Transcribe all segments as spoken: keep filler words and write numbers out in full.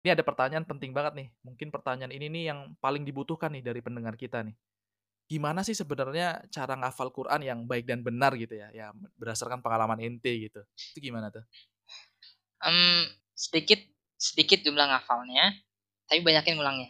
Ini ada pertanyaan penting banget nih. Mungkin pertanyaan ini nih yang paling dibutuhkan nih dari pendengar kita nih. Gimana sih sebenarnya cara ngafal Quran yang baik dan benar gitu ya, ya berdasarkan pengalaman ente gitu. Itu gimana tuh? Mmm, sedikit sedikit jumlah ngafalnya, tapi banyakin ngulangnya.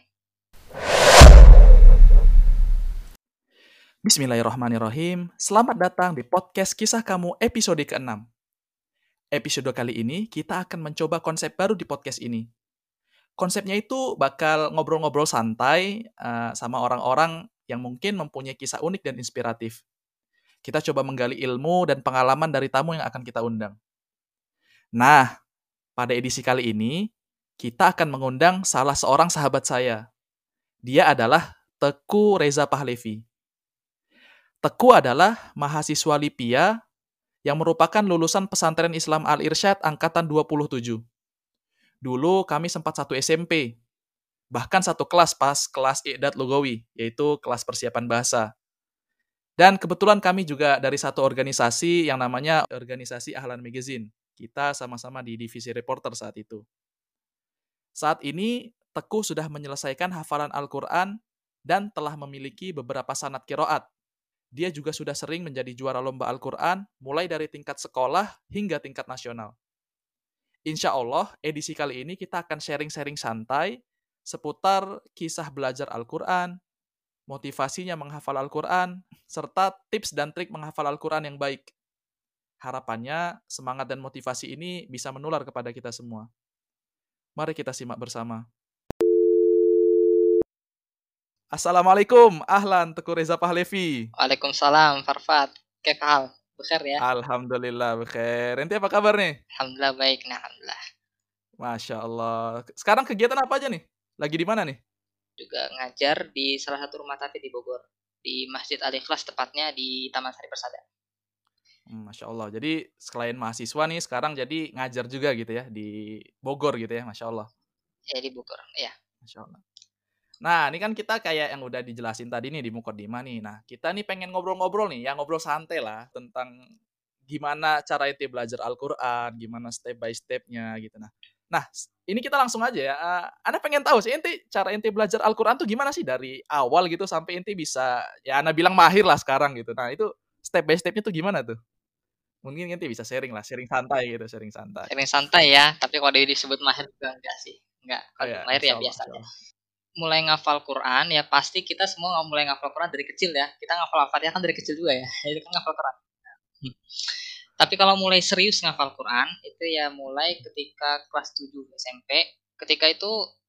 Bismillahirrahmanirrahim. Selamat datang di podcast Kisah Kamu episode keenam. Episode kali ini kita akan mencoba konsep baru di podcast ini. Konsepnya itu bakal ngobrol-ngobrol santai eh, sama orang-orang yang mungkin mempunyai kisah unik dan inspiratif. Kita coba menggali ilmu dan pengalaman dari tamu yang akan kita undang. Nah, pada edisi kali ini, kita akan mengundang salah seorang sahabat saya. Dia adalah Teku Reza Pahlevi. Teku adalah mahasiswa Lipia yang merupakan lulusan pesantren Islam Al-Irsyad angkatan dua puluh tujuh. Dulu kami sempat satu S M P, bahkan satu kelas pas kelas I'dad Lugawi, yaitu kelas persiapan bahasa. Dan kebetulan kami juga dari satu organisasi yang namanya Organisasi Ahlan Magazine. Kita sama-sama di divisi reporter saat itu. Saat ini, Teku sudah menyelesaikan hafalan Al-Quran dan telah memiliki beberapa sanad kiroat. Dia juga sudah sering menjadi juara lomba Al-Quran, mulai dari tingkat sekolah hingga tingkat nasional. Insya Allah, edisi kali ini kita akan sharing-sharing santai seputar kisah belajar Al-Quran, motivasinya menghafal Al-Quran, serta tips dan trik menghafal Al-Quran yang baik. Harapannya, semangat dan motivasi ini bisa menular kepada kita semua. Mari kita simak bersama. Assalamualaikum, ahlan Teku Reza Pahlevi. Waalaikumsalam, Farfat. Kaif hal? Bukhair ya? Alhamdulillah, bekhair. Ente apa kabar nih? Alhamdulillah baik, nah alhamdulillah. Masya Allah. Sekarang kegiatan apa aja nih? Lagi di mana nih? Juga ngajar di salah satu rumah tafidz di Bogor, di Masjid Al-Ikhlas, tepatnya di Taman Sari Persada. Hmm, Masya Allah. Jadi selain mahasiswa nih, sekarang jadi ngajar juga gitu ya di Bogor gitu ya, Masya Allah. Ya di Bogor, ya. Masya Allah. Nah, ini kan kita kayak yang udah dijelasin tadi nih di Mukaddimah nih. Nah, kita nih pengen ngobrol-ngobrol nih, yang ngobrol santai lah tentang gimana cara ente belajar Al-Quran, gimana step by step-nya gitu. Nah, nah ini kita langsung aja ya. Uh, Anda pengen tahu sih ente cara ente belajar Al-Quran tuh gimana sih dari awal gitu sampai ente bisa ya Anda bilang mahir lah sekarang gitu. Nah, itu step by step-nya tuh gimana tuh? Mungkin ente bisa sharing lah, sharing santai gitu, sharing santai. Sering santai ya, tapi kalau disebut mahir juga enggak sih. Enggak, Oh kalau ya, mahir ya Masya Allah, biasa Masya aja. Allah. Mulai ngafal Quran ya pasti kita semua nggak mulai ngafal Quran dari kecil ya. Kita ngafal Al-Fatihah kan dari kecil juga ya. Itu kan ngafal Quran. Hmm. Tapi kalau mulai serius ngafal Quran itu ya mulai ketika kelas tujuh S M P. Ketika itu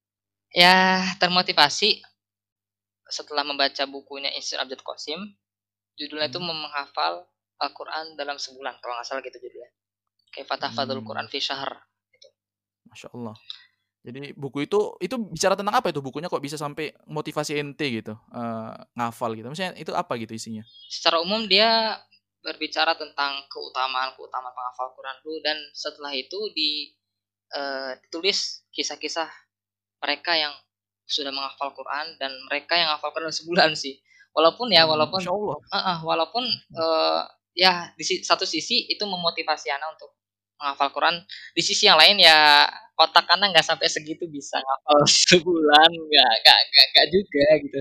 ya termotivasi setelah membaca bukunya Insyir Abdul Qasim. Judulnya itu Hmm. menghafal Al-Quran dalam sebulan kalau nggak salah gitu judulnya. Kaifa tahfadzul Quran Hmm. fi syahr. Gitu. Masya Allah. Jadi buku itu itu bicara tentang apa itu bukunya kok bisa sampai motivasi ente gitu eh, ngafal gitu. Maksudnya itu apa gitu isinya? Secara umum dia berbicara tentang keutamaan-keutamaan penghafal Quran dulu dan setelah itu di uh, ditulis kisah-kisah mereka yang sudah menghafal Quran dan mereka yang menghafal Quran sebulan sih. Walaupun ya Hmm, walaupun Masya Allah. uh, uh, walaupun uh, ya di satu sisi itu memotivasi anak untuk menghafal Quran, di sisi yang lain ya otak anak nggak sampai segitu bisa ngafal sebulan, nggak nggak nggak nggak juga gitu.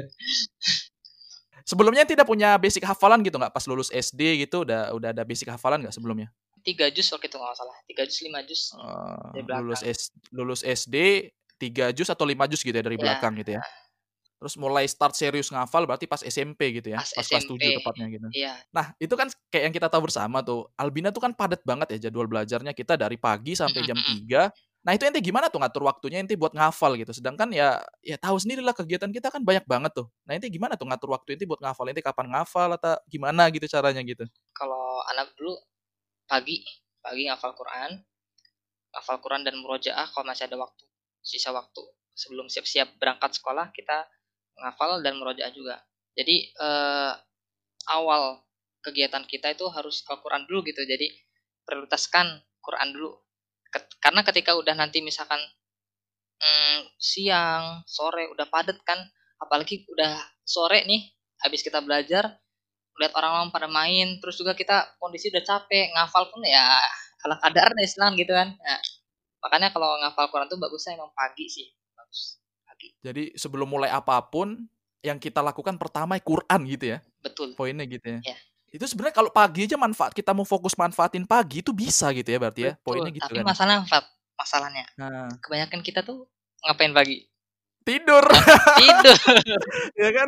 Sebelumnya tidak punya basic hafalan gitu nggak pas lulus S D gitu udah udah ada basic hafalan nggak sebelumnya? Tiga juz waktu itu nggak salah, tiga juz lima juz Eh, dari lulus belakang. S lulus S D tiga juz atau lima juz gitu ya dari Ya, belakang gitu ya. Terus mulai start serius ngafal berarti pas S M P gitu ya, pas pas kelas S M P. tujuh tepatnya gitu. Iya, Nah, itu kan kayak yang kita tahu bersama tuh, Albina tuh kan padat banget ya jadwal belajarnya kita dari pagi sampai jam tiga. Nah, itu ente gimana tuh ngatur waktunya ente buat ngafal gitu? Sedangkan ya ya tahu sendirilah kegiatan kita kan banyak banget tuh. Nah, ente gimana tuh ngatur waktu ente buat ngafal? Ente kapan ngafal atau gimana gitu caranya gitu? kalau anak dulu pagi pagi ngafal Quran, ngafal Quran dan murojaah kalau masih ada waktu, sisa waktu sebelum siap-siap berangkat sekolah kita ngafal dan murojaah juga. Jadi eh, awal kegiatan kita itu harus Al-Quran dulu gitu. Jadi prioritaskan Quran dulu. Ket- karena ketika udah nanti misalkan hmm, siang, sore udah padat kan, apalagi udah sore nih, habis kita belajar, lihat orang-orang pada main, terus juga kita kondisi udah capek, ngafal pun ya ala kadar nih Islam gitu kan. Nah, Makanya kalau ngafal Quran tuh bagusnya emang pagi sih. Bagus. Pagi. Jadi sebelum mulai apapun yang kita lakukan pertama Quran gitu ya. Betul. Poinnya gitu ya. Ya. Itu sebenarnya kalau pagi aja manfaat kita mau fokus manfaatin pagi itu bisa gitu ya berarti ya. Betul. Poinnya gitu Tapi kan ya. masalah Fat, masalahnya Nah, kebanyakan kita tuh ngapain pagi? tidur. Tidur. Ya kan?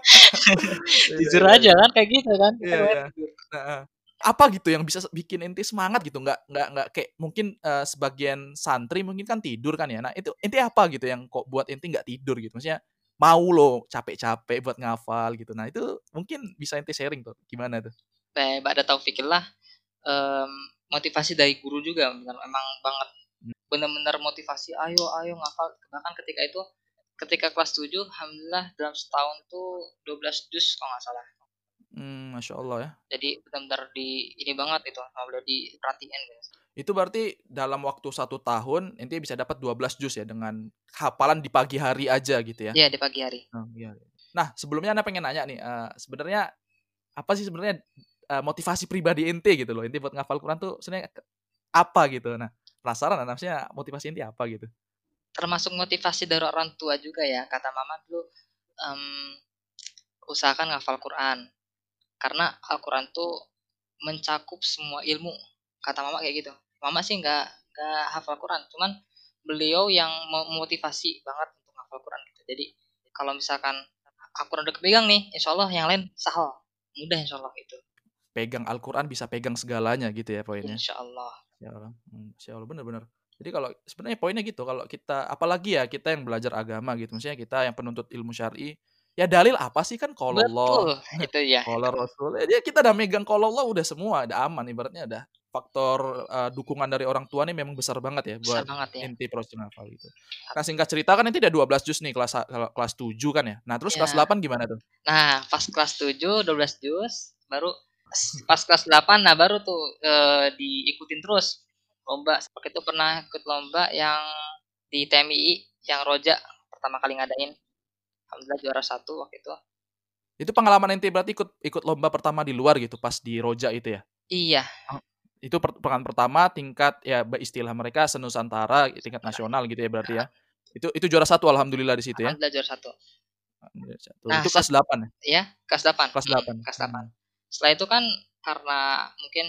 Iya Jujur iya aja iya. kan kayak gitu kan. Kita Iya kebanyakan iya. tidur. Heeh. Apa gitu yang bisa bikin ente semangat gitu? Nggak nggak nggak kayak mungkin, eee, sebagian santri mungkin kan tidur kan ya. Nah itu ente apa gitu yang kok buat ente nggak tidur gitu? Maksudnya mau loh capek-capek buat ngafal gitu. Nah itu mungkin bisa ente sharing tuh, gimana tuh? Nah, ba'da taufikillah, mmm, motivasi dari guru juga bener emang banget. Mmm. Bener-bener motivasi, "Ayo ayo ngafal." Bahkan ketika itu, ketika kelas tujuh alhamdulillah dalam setahun tuh dua belas juz kalau nggak salah. Mmm, Masya Allah ya. Jadi benar-benar di ini banget itu, nggak boleh diperhatiin gitu. Itu berarti dalam waktu satu tahun ente bisa dapat dua belas juz ya dengan hafalan di pagi hari aja gitu ya? Iya, di pagi hari. Oh, iya. Nah sebelumnya ana pengen nanya nih, eee, sebenarnya apa sih sebenarnya, eee, motivasi pribadi ente gitu loh, ente buat ngafal Quran tuh sebenarnya apa gitu? Nah, penasaran ana maksudnya motivasi ente apa gitu? Termasuk motivasi dari orang tua juga ya, kata mama dulu, mmm, usahakan ngafal Quran. Karena Al-Quran tuh mencakup semua ilmu, kata mama kayak gitu. Mama sih nggak nggak hafal Quran, cuman beliau yang memotivasi banget untuk hafal Quran gitu. Jadi kalau misalkan Al-Quran udah kepegang nih, insya Allah yang lain sahal, mudah insya Allah itu. Pegang Al-Quran bisa pegang segalanya gitu ya poinnya? Insya Allah. Masya Allah, mmm, Masya Allah, bener bener. Jadi kalau sebenarnya poinnya gitu, kalau kita apalagi ya kita yang belajar agama gitu, maksudnya kita yang penuntut ilmu syar'i, ya dalil apa sih kan qaulullah, Betul, itu ya. qaula rasul, ya kita udah megang qaulullah udah semua, udah aman ibaratnya udah faktor, eee, dukungan dari orang tua nih memang besar banget ya Besar buat banget ya. inti proses menghafal gitu. Nah singkat cerita kan ente udah dua belas juz nih kelas sa kalau kelas tujuh kan ya. Nah terus kelas Ya. delapan gimana tuh? Nah, pas kelas tujuh, dua belas juz, baru pas kelas delapan, nah baru tuh eh, diikutin terus lomba. Seperti itu pernah ikut lomba yang di T M I I yang Roja pertama kali ngadain. Alhamdulillah juara satu waktu itu. Itu pengalaman ente berarti ikut ikut lomba pertama di luar gitu pas di Roja itu ya? Iya, Oh, itu per pekan pertama tingkat ya be istilah mereka senusantara, tingkat nasional gitu ya berarti ya? Itu itu juara satu alhamdulillah di situ ya? alhamdulillah juara satu. Alhamdulillah satu. Nah, Itu set kelas delapan ya? ya, kelas delapan. Kelas Mm, delapan? kelas delapan. Mmm. Setelah itu kan karena mungkin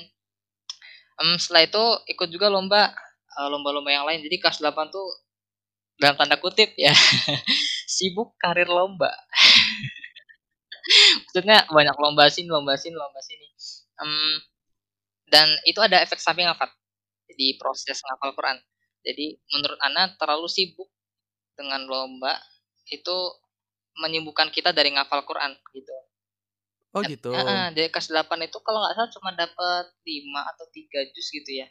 em, setelah itu ikut juga lomba eh, lomba-lomba yang lain. Jadi kelas delapan tuh dalam tanda kutip ya sibuk karir lomba. Maksudnya banyak lomba sini, lomba sini, lomba sini. Em, dan itu ada efek samping apa di proses ngafal Quran. Jadi menurut Ana terlalu sibuk dengan lomba itu menyibukkan kita dari ngafal Quran gitu. Oh Dan gitu. heeh, dari kelas delapan itu kalau nggak salah cuma dapat lima atau tiga juz gitu ya.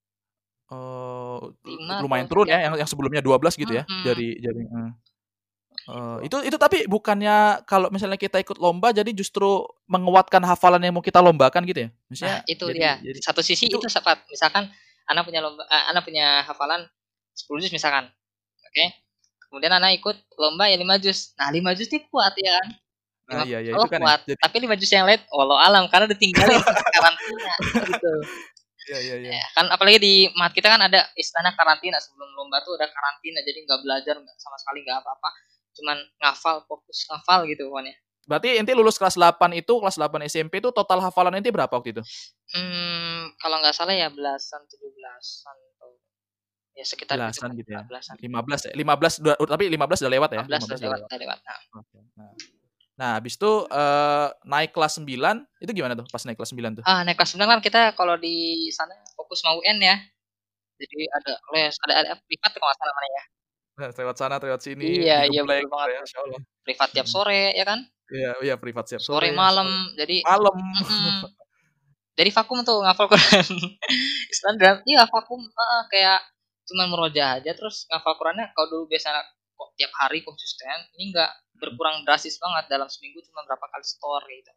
Oh, Lima atau lumayan turun tiga. ya yang yang sebelumnya dua belas gitu ya? Mhm, Dari dari heeh. gitu. Oh, itu itu tapi bukannya kalau misalnya kita ikut lomba jadi justru menguatkan hafalan yang mau kita lombakan gitu ya? Nah, Maksudnya itu jadi dia. jadi Satu sisi itu itu sempat misalkan Ana punya lomba eee, Ana punya hafalan sepuluh juz misalkan, oke. Kemudian Ana ikut lomba ya lima juz. Nah, lima juz nih kuat ya kan, nah lima iya iya itu oh kan ya. kuat, Jadi tapi lima juz yang lain walau alam karena ditinggalin pas karantina, gitu. iya iya iya. Ya, kan apalagi di mahat kita kan ada istilah karantina, sebelum lomba tuh ada karantina, jadi nggak belajar nggak sama sekali nggak apa-apa, cuman ngafal, fokus ngafal gitu pokoknya. Berarti ente lulus kelas delapan itu, kelas delapan S M P itu total hafalan ente berapa waktu itu? Mmm, kalau nggak salah ya belasan, tujuh belasan atau ya sekitar Belasan gitulah, gitu ya? belasan. lima belas ya? lima belas udah tapi lima belas udah lewat ya? lima belas lima belas udah udah lewat lewat. udah lewat, nah. Oke. Nah nah habis itu, eee, naik kelas sembilan itu gimana tuh pas naik kelas sembilan tuh? Ah, naik kelas sembilan kan kita kalau di sana fokus mau U N ya, jadi ada les, ada ada privat kalau nggak salah namanya ya. Nah, lewat sana, lewat sini, Iya iya digembleng betul gitu banget ya, tuh, Masya Allah. privat tiap Mhm. sore ya kan, Iya iya privat siap sore sore, Masya malam, Allah. jadi Malam. mhm, jadi vakum tuh ngafal Quran. Istilahnya dalam iya vakum, heeh, kayak cuman murojaah aja terus ngafal Qurannya kalau dulu biasa kok tiap hari konsisten, ini enggak, Mhm. berkurang drastis banget dalam seminggu cuma berapa kali store gitu.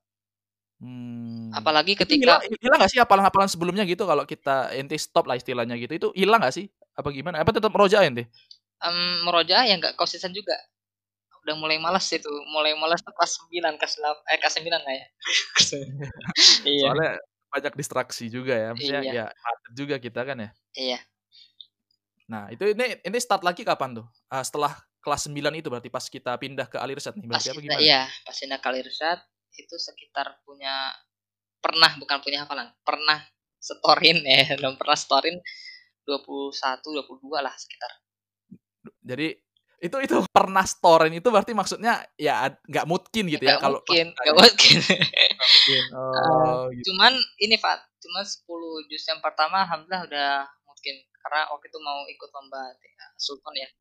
Mmm, Apalagi itu hilang ketika hilang nggak sih hafalan-hafalan sebelumnya gitu kalau kita ente stop lah istilahnya gitu, itu hilang nggak sih? Apa gimana? Apa tetap murojaah ente? mmm, murojaah ya nggak konsisten juga. Udah mulai malas itu, mulai malas tuh kelas sembilan, kelas delap eh, kelas sembilan lah ya. Iya Soalnya banyak distraksi juga ya, maksudnya iya ya padat juga kita kan ya. iya. Nah, itu ini ini start lagi kapan tuh? Uh, setelah kelas sembilan itu berarti pas kita pindah ke Alirsat nih, Pas berarti apa kita gimana? iya, pas pindah ke Alirsat itu sekitar punya pernah bukan punya hafalan, pernah setorin ya, belum pernah setorin dua puluh satu, dua puluh dua lah sekitar. Jadi itu itu pernah storin itu berarti maksudnya ya nggak mungkin gitu ya Nggak kalau pas mungkin, nggak ditanya. mungkin. Nggak mungkin. Eee, Oh, gitu. cuman ini Pak, cuman sepuluh juz yang pertama alhamdulillah udah mungkin, karena waktu itu mau ikut lomba ya, Sultan ya,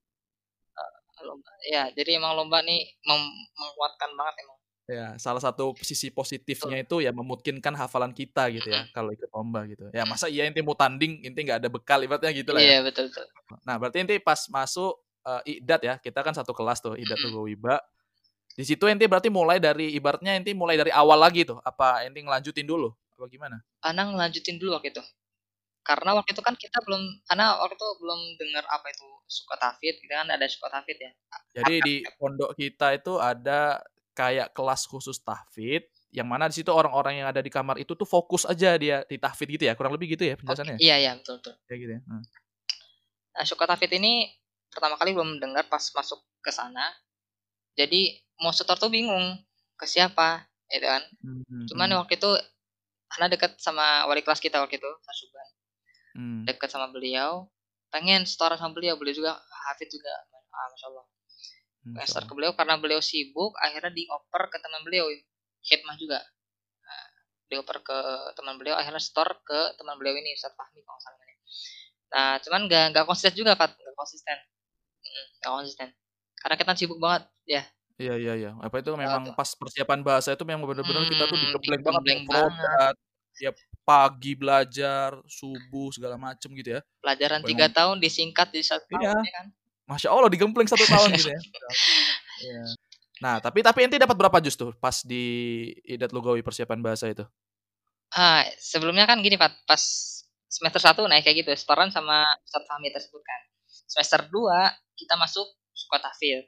eee, lomba ya, jadi emang lomba nih mem menguatkan banget emang. Ya, salah satu sisi Betul, positifnya itu ya memungkinkan hafalan kita gitu mhm ya kalau ikut lomba gitu. Ya mhm. masa iya ente mau tanding, ente nggak ada bekal ibaratnya gitulah ya. Iya, betul betul. Nah, berarti ente pas masuk, eee, Iqdat ya, kita kan satu kelas tuh, Iqdat Mhm. Tughawiba. Di situ ente berarti mulai dari ibaratnya ente mulai dari awal lagi tuh, apa ente ngelanjutin dulu? Apa gimana? Ana ngelanjutin dulu waktu itu. Karena waktu itu kan kita belum karena waktu itu belum dengar apa itu Sukotafid, kita kan ada Sukotafid ya, Jadi di Akad. pondok kita itu ada kayak kelas khusus tahfidz, yang mana di situ orang-orang yang ada di kamar itu tuh fokus aja dia di tahfidz gitu ya, kurang lebih gitu ya Oke, penjelasannya? iya iya, betul betul. Kayak gitu ya? Heeh. Nah, Sukotafid ini pertama kali belum dengar pas masuk ke sana, jadi mau setor tuh bingung, ke siapa, gitu kan. Mmm, Cuman mhm, waktu itu karena dekat sama wali kelas kita waktu itu, Kak Subhan, mmm, dekat sama beliau, pengen setoran sama beliau, beliau juga hafid juga, ah, Masya Allah. Pengen setor ke masyaallah. beliau karena beliau sibuk, akhirnya dioper ke teman beliau, khidmah juga. Nah, dioper ke teman beliau, akhirnya setor ke teman beliau ini, Ustadz Fahmi kalau nggak salah namanya. Nah, cuman nggak nggak konsisten juga, Fat, nggak konsisten, mhm, nggak konsisten. Karena kita sibuk banget, ya. Iya iya iya, apa itu Tahu memang tuh. pas persiapan bahasa itu memang bener-bener kita tuh Hmm, digembleng banget nih, digembleng banget. mufrodat, tiap pagi belajar, subuh segala macem gitu ya. Pelajaran tiga Memang tahun disingkat di satu iya, tahun, ya kan? Masya Allah digembleng satu tahun gitu ya. Iya. Nah, tapi tapi ente dapat berapa juz tuh pas di Idat Lugawi persiapan bahasa itu? Ah, sebelumnya kan gini, Pak, pas semester satu naik kayak gitu, setoran sama Ustadz Fahmi tersebut kan. Semester dua kita masuk Sukotafid.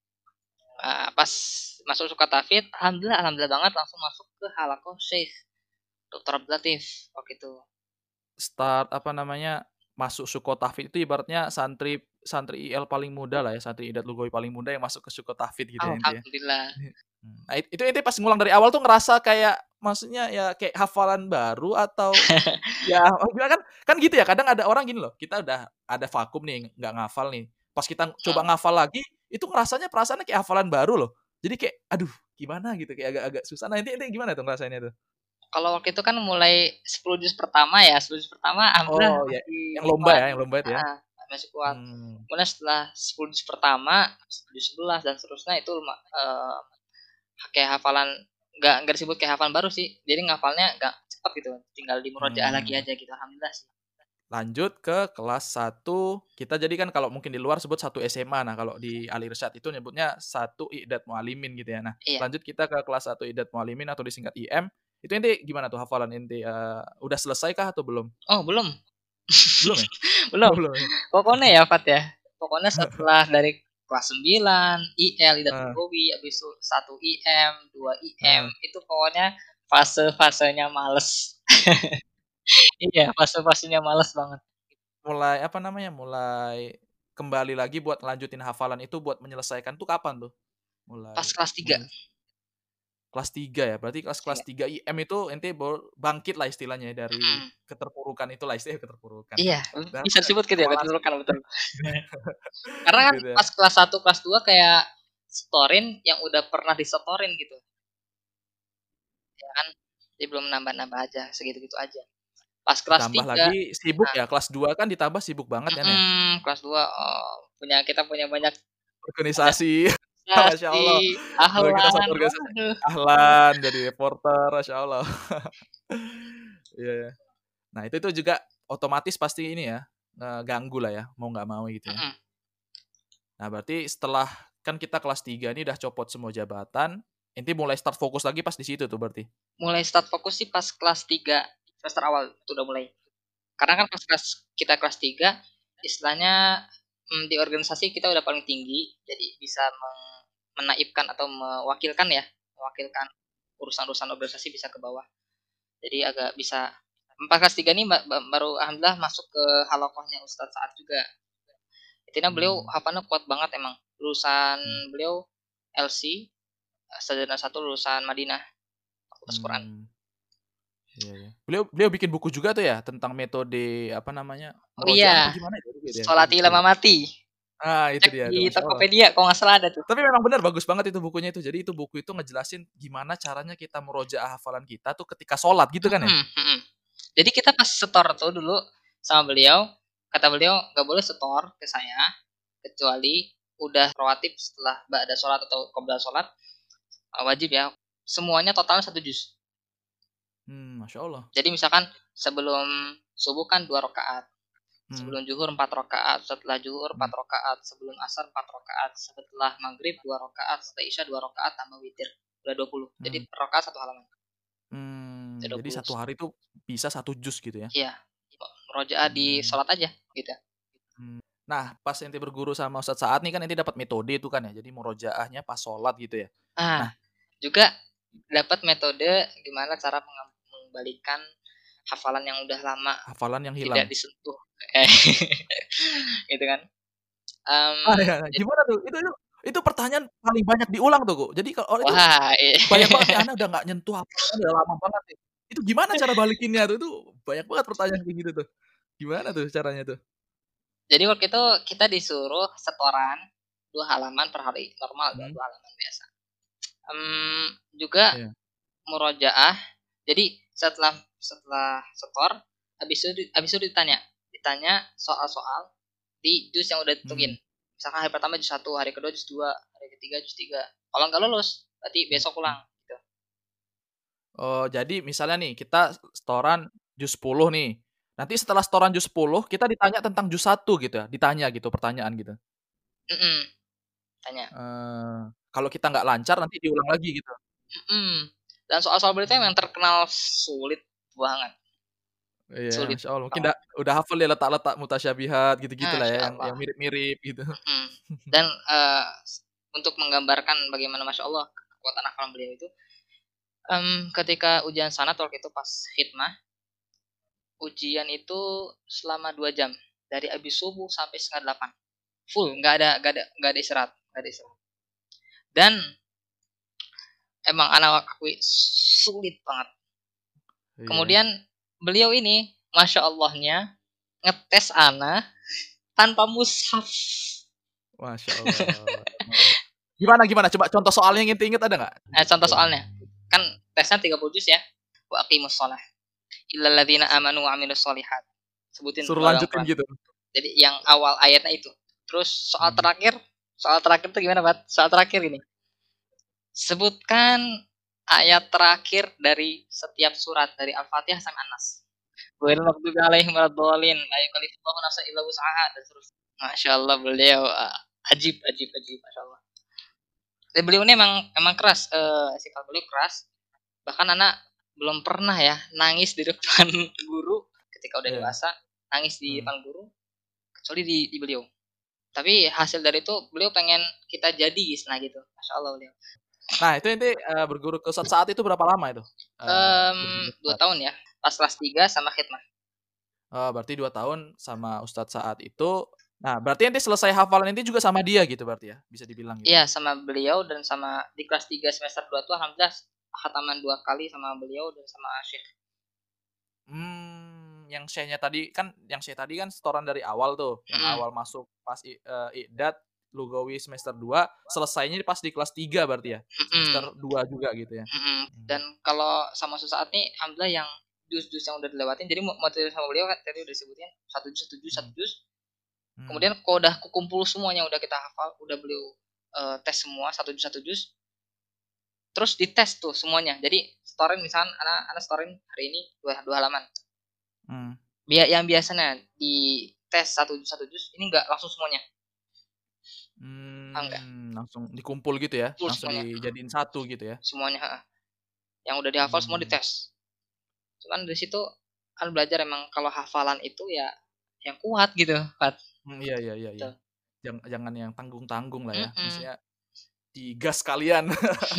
Eee, pas masuk Sukotafid, alhamdulillah alhamdulillah banget langsung masuk ke halaqah Syekh Doktor Abdul Latif waktu itu. Start apa namanya, masuk Sukotahfidz itu ibaratnya santri santri I L paling muda lah ya, santri Idat Lugawi paling muda yang masuk ke Sukotahfidz gitu ya intinya. Alhamdulillah. Mhm. Nah, it itu ente pas ngulang dari awal tuh ngerasa kayak maksudnya ya kayak hafalan baru atau ya maksudnya kan kan gitu ya, kadang ada orang gini loh, kita udah ada vakum nih, nggak ngafal nih, pas kita coba Heeh. ngafal lagi, itu ngerasanya perasaannya kayak hafalan baru loh. Jadi kayak, aduh gimana gitu, kayak agak-agak susah. Nah, ente ente gimana tuh ngerasainnya tuh? Kalau waktu itu kan mulai sepuluh juz pertama ya, sepuluh juz pertama alhamdulillah Oh ya, masih yang lomba kuat, ya, yang lomba itu ya? heeh, masih kuat. Mmm, Kemudian setelah sepuluh juz pertama, sepuluh juz sebelas dan seterusnya itu ma eee, kayak hafalan nggak nggak disebut kayak hafalan baru sih, jadi ngafalnya nggak cepet gitu, tinggal dimurojaah lagi mmm. aja gitu, alhamdulillah sih. Lanjut ke kelas satu, kita jadi kan kalau mungkin di luar sebut satu S M A, nah kalau di Al Irsyad itu nyebutnya satu Iqdad Muallimin gitu ya. Nah, Iya. lanjut kita ke kelas satu Iqdad Muallimin atau disingkat I M, itu ente gimana tuh hafalan ente, eee, udah selesai kah atau belum? Oh belum Belum ya? belum, Oh belum ya? pokoknya ya Fat ya, pokoknya setelah dari kelas sembilan, I L, Lidat Heeh Lugawi, habis itu satu I M, dua I M, heeh. itu pokoknya fase-fasenya males. Iya, fase-fasenya males banget. Mulai apa namanya, mulai kembali lagi buat ngelanjutin hafalan itu buat menyelesaikan tuh kapan tuh? Pas Mulai kelas tiga. menyes kelas tiga ya? Berarti kelas kelas Tiga. tiga I M itu ente baru bangkit lah istilahnya ya dari Mhm. keterpurukan itulah, istilahnya keterpurukan. Iya, Dan bisa disebut gitu ya, kemalasan keterlukan betul. Karena kan gitu ya. pas kelas satu, kelas dua kayak setorin yang udah pernah disetorin gitu, ya kan. Jadi belum nambah-nambah aja, segitu-gitu aja. Pas kelas Ditambah tiga, lagi sibuk nah, ya, kelas dua kan ditambah sibuk banget kan ya? mhm, kelas dua, oh, punya kita punya banyak banyak Organisasi, Masya organisasi, Allah. Dulu kita satu ahlan, organisasi waduh. Ahlan, jadi reporter, Masya Allah. Iya ya. Nah itu tuh juga otomatis pasti ini ya, ngeganggu lah ya, mau nggak mau gitu ya. Mhm. Nah berarti setelah kan kita kelas tiga ini udah copot semua jabatan, ente mulai start fokus lagi pas di situ tuh berarti? Mulai start fokus sih pas kelas tiga semester awal itu udah mulai. Karena kan pas kelas kita kelas tiga istilahnya, mmm, di organisasi kita udah paling tinggi, jadi bisa meng menaibkan atau mewakilkan ya, mewakilkan urusan-urusan organisasi bisa ke bawah. Jadi agak bisa pas kelas tiga ini ba ba baru alhamdulillah masuk ke halaqahnya Ustadz Saad juga. Intinya beliau Hmm. hafalannya kuat banget emang. Lulusan Hmm. beliau L C, sarjana satu lulusan Madinah, Fakultas Quran. Hmm. Iya, iya. Beliau beliau bikin buku juga tuh ya tentang metode apa namanya? Oh Murojaah apa iya, gimana ya? Gitu ya, bikin Sholati buku ya. Lama Mati. Ah, itu Cek dia tuh, di Masya Allah. Tokopedia kalau nggak salah ada tuh. Tapi memang benar bagus banget itu bukunya itu. Jadi itu buku itu ngejelasin gimana caranya kita murojaah hafalan kita tuh ketika sholat gitu kan ya? Mhm, mhm. Jadi kita pas setor tuh dulu sama beliau, kata beliau nggak boleh setor ke saya kecuali udah rawatib setelah ba'da sholat atau qabla sholat, uh, wajib ya. Semuanya totalnya satu juz. Hmm, Masya Allah. Jadi misalkan sebelum subuh kan dua rakaat, Hmm. sebelum zuhur empat rakaat, setelah zuhur empat Hmm. rakaat, sebelum asar empat rakaat, setelah maghrib dua rakaat, setelah isya dua rakaat tambah witir. Udah dua puluh. Jadi Hmm. per rakaat satu halaman. Hmm, Udah jadi dua puluh. satu hari tuh bisa satu juz gitu ya? Iya. Murojaah di Hmm. sholat aja gitu. Hmm. Nah, pas ente berguru sama Ustadz Saad nih kan ente dapat metode itu kan ya. Jadi murojaahnya pas sholat gitu ya. Ah, Nah, juga dapat metode gimana cara mengem- mengembalikan hafalan yang udah lama hafalan yang tidak hilang. disentuh. Eh, gitu kan. Em, Ah, ya. jadi- Gimana tuh? Itu itu itu pertanyaan paling banyak diulang tuh, Kok. Jadi kalau itu wah, iya. banyak banget nih, Ana udah nggak nyentuh hafalan udah lama banget nih. Itu gimana cara balikinnya tuh? Itu banyak banget pertanyaan kayak gitu tuh. Gimana tuh caranya tuh? Jadi waktu itu kita disuruh setoran dua halaman per hari, normal dua, Hmm, dua halaman biasa. Em, juga iya. murojaah. Jadi setelah setelah setor, habis itu di- habis itu ditanya, ditanya soal-soal di jus yang udah Hmm. ditentuin. Misalkan hari pertama jus satu, hari kedua jus dua, hari ketiga jus tiga. Kalau nggak lulus, berarti besok Hmm. ulang. Gitu. Oh, jadi misalnya nih kita setoran juz sepuluh nih. Nanti setelah setoran juz sepuluh kita ditanya tentang juz satu gitu ya? Ditanya gitu pertanyaan gitu? Mm-mm, tanya. Eee, kalau kita nggak lancar nanti diulang lagi gitu? Mm-mm. Dan soal-soal berita Mmm. yang terkenal sulit banget, Iya, sulit Masya Allah. Mungkin banget. dah udah hafal ya letak-letak mutasyabihat gitu-gitulah ya Masya yang yang Allah. mirip-mirip gitu. Mm-mm. Dan eh, untuk menggambarkan bagaimana Masya Allah kekuatan hafalan beliau itu, em, ketika ujian sanad waktu itu pas khidmah, ujian itu selama dua jam dari abis subuh sampai setengah delapan full, nggak ada nggak ada nggak ada istirahat, nggak ada istirahat. Dan emang anak akui sulit banget. Iya ya. Kemudian beliau ini masya Allahnya ngetes ana tanpa mushaf. Masya Allah. Gimana gimana? Coba contoh soalnya yang ente inget ada nggak? Eh, contoh soalnya kan tesnya tiga puluh juz ya. Wa aqimus shalah illal ladzina amanu wa amilus sholihat. Sebutin Suruh dalam lanjutin Quran. gitu? Jadi yang awal ayatnya itu. Terus soal Hmm. terakhir, soal terakhir itu gimana, Bat? Soal terakhir ini. Sebutkan ayat terakhir dari setiap surat dari Al-Fatihah sampai An-Nas. Ghairil maghdubi alaihim waladdallin, la yukallifullahu nafsan illa wus'aha dan terus. Masya Allah beliau uh, ajib, ajib, ajib, Masya Allah. Dan beliau ini emang emang keras, uh, sikap beliau keras. Bahkan anak belum pernah ya nangis di depan guru ketika udah Iya. dewasa, nangis di Hmm. depan guru, kecuali di, di beliau. Tapi hasil dari itu beliau pengen kita jadi nah gitu. Masya Allah beliau. Nah itu ente uh, berguru ke Ustadz Saad itu berapa lama itu? Uh, Um, berguru dua Saad. tahun ya, pas kelas tiga sama khidmah. Oh, berarti dua tahun sama Ustadz Saad itu. Nah, berarti ente selesai hafalan ente juga sama dia gitu berarti ya? Bisa dibilang gitu? Iya, sama beliau dan sama di kelas tiga semester dua tuh alhamdulillah khataman dua kali sama beliau dan sama Syekh. Hmm, yang Syekh-nya tadi kan yang Syekh tadi kan setoran dari awal tuh. Yang Mm-mm. awal masuk pas i, uh, Iqdad Lugawi semester dua, selesainya pas di kelas tiga berarti ya? Semester dua juga gitu ya? Mm-mm. Hmm. Dan kalau sama sesaat nih alhamdulillah yang jus-jus yang udah dilewatin, jadi materi sama beliau kan tadi udah disebutin satu jus, satu jus, satu jus. Hmm. Kemudian kalau udah kumpul semuanya udah kita hafal, udah beliau uh, tes semua satu jus satu jus. Terus dites tuh semuanya. Jadi storing misalkan anak anak storing hari ini dua, dua halaman. Hmm. Biar yang biasanya di tes satu jus satu jus ini enggak langsung semuanya. Hmm, Enggak. langsung dikumpul gitu ya? Full Langsung semuanya. dijadiin satu gitu ya? Semuanya, ha. Yang udah dihafal Hmm. semua dites. Cuman dari situ kan belajar emang kalau hafalan itu ya yang kuat gitu, Pat. Hmm, iya iya iya iya. Jangan jangan yang tanggung-tanggung lah ya. Mm-mm. Maksudnya digas kalian.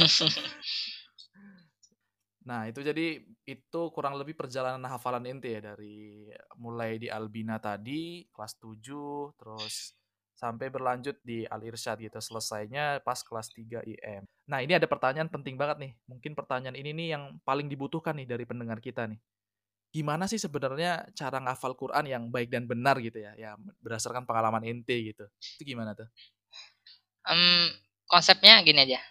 Nah, itu jadi itu kurang lebih perjalanan hafalan ente ya dari mulai di Albina tadi kelas tujuh terus sampai berlanjut di Al-Irsyad gitu, selesainya pas kelas tiga I M. Nah, ini ada pertanyaan penting banget nih. Mungkin pertanyaan ini nih yang paling dibutuhkan nih dari pendengar kita nih. Gimana sih sebenarnya cara ngafal Quran yang baik dan benar gitu ya, ya berdasarkan pengalaman ente gitu. Itu gimana tuh? Um, konsepnya gini aja.